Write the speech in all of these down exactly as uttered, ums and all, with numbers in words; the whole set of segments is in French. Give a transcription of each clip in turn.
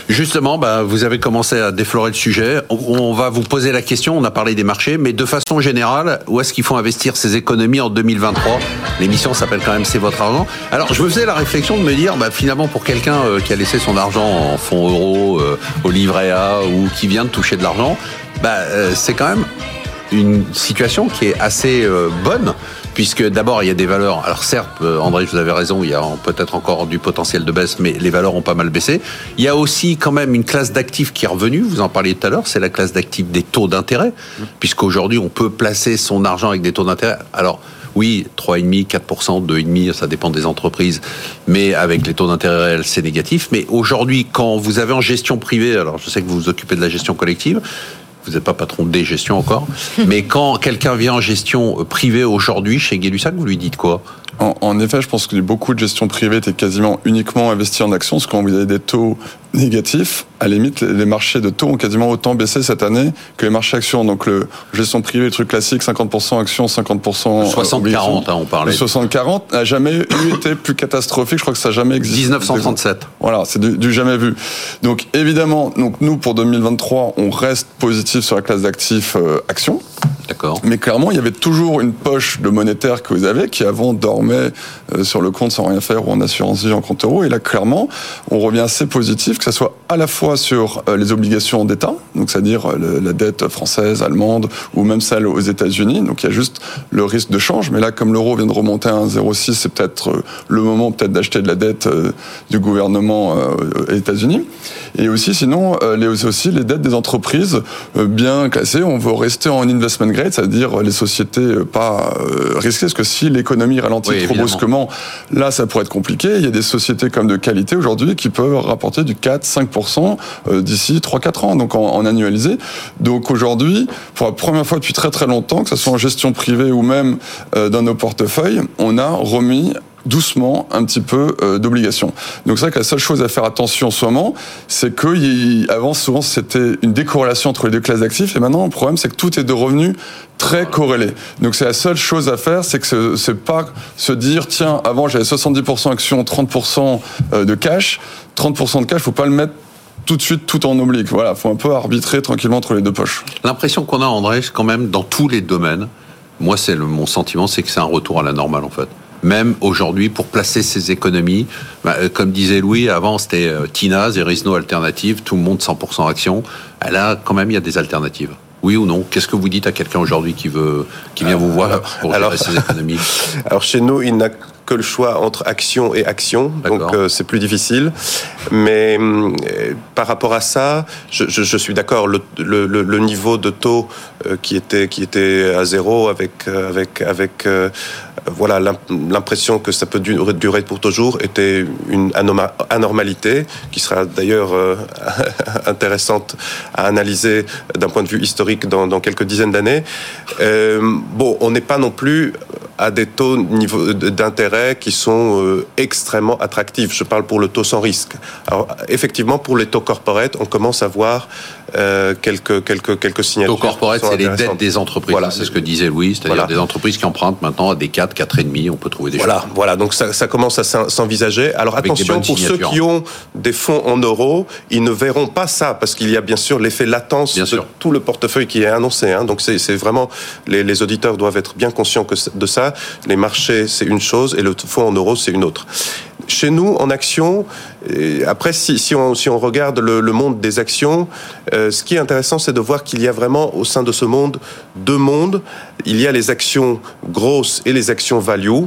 Justement, bah, vous avez commencé à déflorer le sujet. On, on va vous poser la question, on a parlé des marchés, mais de façon générale, où est-ce qu'il faut investir ses économies en deux mille vingt-trois ? L'émission s'appelle quand même « C'est votre argent ». Alors, je me faisais la réflexion de me dire, bah, finalement, pour quelqu'un euh, qui a laissé son argent en fonds euros, euh, au livret A, ou qui vient de toucher de l'argent, bah, euh, c'est quand même une situation qui est assez euh, bonne, puisque d'abord il y a des valeurs, alors certes euh, André vous avez raison, il y a peut-être encore du potentiel de baisse, mais les valeurs ont pas mal baissé. Il y a aussi quand même une classe d'actifs qui est revenue, vous en parliez tout à l'heure, c'est la classe d'actifs des taux d'intérêt, mmh. puisqu'aujourd'hui on peut placer son argent avec des taux d'intérêt, alors oui, trois virgule cinq, quatre pour cent, deux virgule cinq, ça dépend des entreprises, mais avec les taux d'intérêt réels, c'est négatif. Mais aujourd'hui, quand vous avez en gestion privée, alors je sais que vous vous occupez de la gestion collective, vous n'êtes pas patron des gestions encore, mais quand quelqu'un vient en gestion privée aujourd'hui chez Gay-Lussac, vous lui dites quoi ? En, en effet, je pense que beaucoup de gestions privées étaient quasiment uniquement investies en actions, parce que quand vous avez des taux négatifs, à la limite, les marchés de taux ont quasiment autant baissé cette année que les marchés actions. Donc, le gestion privée, le truc classique, cinquante pour cent actions, cinquante pour cent soixante quarante, hein, on parlait. Le soixante quarante n'a jamais eu été plus catastrophique. Je crois que ça n'a jamais existé. dix-neuf cent trente-sept. Voilà, c'est du, du jamais vu. Donc, évidemment, donc nous, pour deux mille vingt-trois, on reste positif sur la classe d'actifs euh, actions. D'accord. Mais clairement, il y avait toujours une poche de monétaire que vous avez qui avant dormait euh, sur le compte sans rien faire ou en assurance vie en compte euro. Et là, clairement, on revient assez positif, que ça soit à la fois sur euh, les obligations d'État, donc c'est-à-dire euh, la dette française, allemande ou même celle aux États-Unis. Donc il y a juste le risque de change. Mais là, comme l'euro vient de remonter à un virgule zéro six, c'est peut-être euh, le moment peut-être d'acheter de la dette euh, du gouvernement euh, aux États-Unis. Et aussi, sinon, euh, les, aussi les dettes des entreprises euh, bien classées. On veut rester en investment grade, c'est-à-dire les sociétés pas euh, risquées, parce que si l'économie ralentit oui, trop évidemment. brusquement, là, ça pourrait être compliqué. Il y a des sociétés comme de qualité aujourd'hui qui peuvent rapporter du quatre à cinq pour cent euh, d'ici trois à quatre ans, donc en, en annualisé. Donc aujourd'hui, pour la première fois depuis très très longtemps, que ce soit en gestion privée ou même euh, dans nos portefeuilles, on a remis doucement un petit peu euh, d'obligations. Donc c'est vrai que la seule chose à faire attention en ce moment, c'est que avant souvent c'était une décorrélation entre les deux classes d'actifs, et maintenant le problème c'est que tout est de revenus très corrélé. Donc c'est la seule chose à faire, c'est que c'est, c'est pas se dire tiens avant j'avais soixante-dix pour cent actions, trente pour cent de cash, trente pour cent de cash, faut pas le mettre tout de suite tout en oblique. Voilà, faut un peu arbitrer tranquillement entre les deux poches. L'impression qu'on a, André, c'est quand même dans tous les domaines, moi c'est le, mon sentiment, c'est que c'est un retour à la normale en fait. Même aujourd'hui, pour placer ses économies, bah, comme disait Louis, avant c'était euh, Tina, there is no alternative, tout le monde cent pour cent action. Là, quand même, il y a des alternatives. Oui ou non ? Qu'est-ce que vous dites à quelqu'un aujourd'hui qui veut, qui vient euh, vous voir pour gérer alors, ses économies ? Alors chez nous, il n'a que le choix entre action et action, D'accord. donc euh, c'est plus difficile. Mais euh, par rapport à ça, je, je, je suis d'accord. Le, le, le niveau de taux euh, qui était qui était à zéro, avec euh, avec avec euh, voilà l'impression que ça peut durer, durer pour toujours, était une anoma- anormalité qui sera d'ailleurs euh, intéressante à analyser d'un point de vue historique dans, dans quelques dizaines d'années. Euh, bon, on n'est pas non plus à des taux niveau d'intérêt qui sont euh, extrêmement attractifs. Je parle pour le taux sans risque. Alors, effectivement, pour les taux corporate, on commence à voir euh, quelques quelques quelques signatures. Taux corporate, c'est les dettes des entreprises. Voilà, c'est ce que disait Louis, c'est-à-dire voilà. des entreprises qui empruntent maintenant à des quatre, quatre virgule cinq. On peut trouver des voilà, choses. Voilà, donc ça, ça commence à s'envisager. Alors avec attention, pour ceux qui ont des fonds en euros, ils ne verront pas ça parce qu'il y a bien sûr l'effet latence bien de sûr. tout le portefeuille qui est annoncé. Hein. Donc c'est, c'est vraiment les, les auditeurs doivent être bien conscients que de ça. Les marchés, c'est une chose et le fonds en euros, c'est une autre. Chez nous, en action, après, si, si, on, si on regarde le, le monde des actions, euh, ce qui est intéressant, c'est de voir qu'il y a vraiment au sein de ce monde deux mondes. Il y a les actions grosses et les actions value.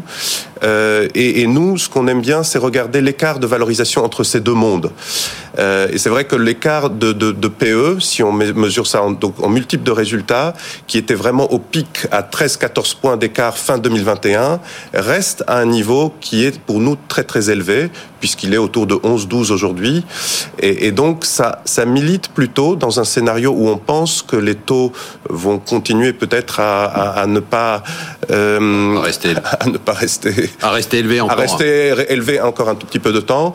Euh, et, et nous, ce qu'on aime bien, c'est regarder l'écart de valorisation entre ces deux mondes. Euh, et c'est vrai que l'écart de, de, de P E, si on mesure ça en, donc en multiple de résultats, qui était vraiment au pic à treize à quatorze points d'écart fin deux mille vingt et un, reste à un niveau qui est pour nous très très élevé, puisqu'il est autour de onze à douze aujourd'hui. Et, et donc, ça, ça milite plutôt dans un scénario où on pense que les taux vont continuer peut-être à, à, à ne pas... Euh, à, rester, à ne pas rester... À rester élevé encore. À rester élevé encore un tout petit peu de temps.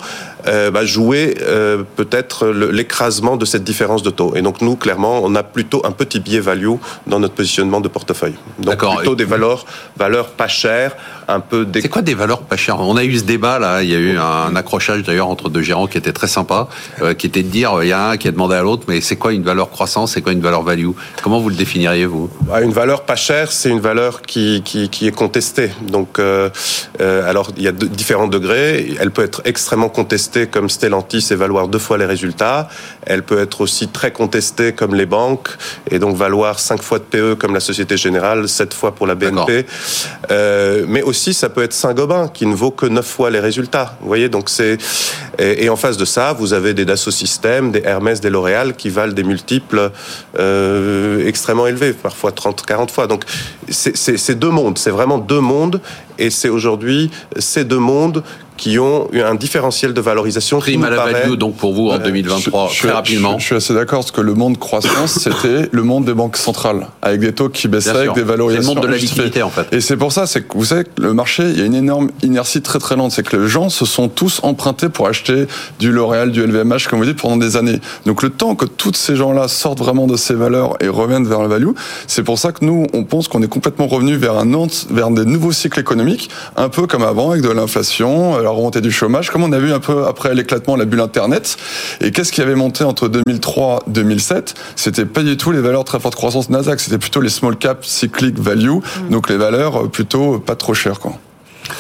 euh, bah, jouer euh, peut-être le, l'écrasement de cette différence de taux. Et donc nous, clairement, on a plutôt un petit biais value dans notre positionnement de portefeuille. Donc D'accord. plutôt des valeurs, valeurs pas chères, un peu... Dé... C'est quoi des valeurs pas chères? On a eu ce débat là, il y a eu un accrochage d'ailleurs entre deux gérants qui était très sympa, euh, qui était de dire, il y a un qui a demandé à l'autre, mais c'est quoi une valeur croissance, c'est quoi une valeur value? Comment vous le définiriez, vous? Bah, une valeur pas chère, c'est une valeur qui, qui, qui est contestée. Donc, euh, euh, alors, il y a de, différents degrés. Elle peut être extrêmement contestée, comme Stellantis, et valoir deux fois les résultats. Elle peut être aussi très contestée, comme les banques, et donc valoir cinq fois de P E, comme la Société Générale, sept fois pour la B N P. Euh, mais aussi, ça peut être Saint-Gobain, qui ne vaut que neuf fois les résultats. Vous voyez, donc c'est... Et, et en face de ça, vous avez des Dassault Systèmes, des Hermès, des L'Oréal, qui valent des multiples euh, extrêmement élevés, parfois trente, quarante fois. Donc, c'est, c'est, c'est deux mondes. C'est vraiment deux mondes. Et c'est aujourd'hui ces deux mondes qui ont eu un différentiel de valorisation. Prime à la paraît... value, donc pour vous, en deux mille vingt-trois, je, je, très rapidement. Je, je suis assez d'accord, parce que le monde croissance, c'était le monde des banques centrales, avec des taux qui baissaient, avec des valorisations. C'est le monde de la liquidité, en fait. Et c'est pour ça, c'est que vous savez que le marché, il y a une énorme inertie très très lente. C'est que les gens se sont tous empruntés pour acheter du L'Oréal, du L V M H, comme vous dites, pendant des années. Donc le temps que tous ces gens-là sortent vraiment de ces valeurs et reviennent vers la value, c'est pour ça que nous, on pense qu'on est complètement revenu vers un vers des nouveaux cycles économiques, un peu comme avant, avec de l'inflation, la remontée du chômage, comme on a vu un peu après l'éclatement de la bulle Internet. Et qu'est-ce qui avait monté entre deux mille trois et deux mille sept? C'était pas du tout les valeurs très forte croissance Nasdaq, c'était plutôt les small cap cyclic value, mmh. donc les valeurs plutôt pas trop chères, quoi.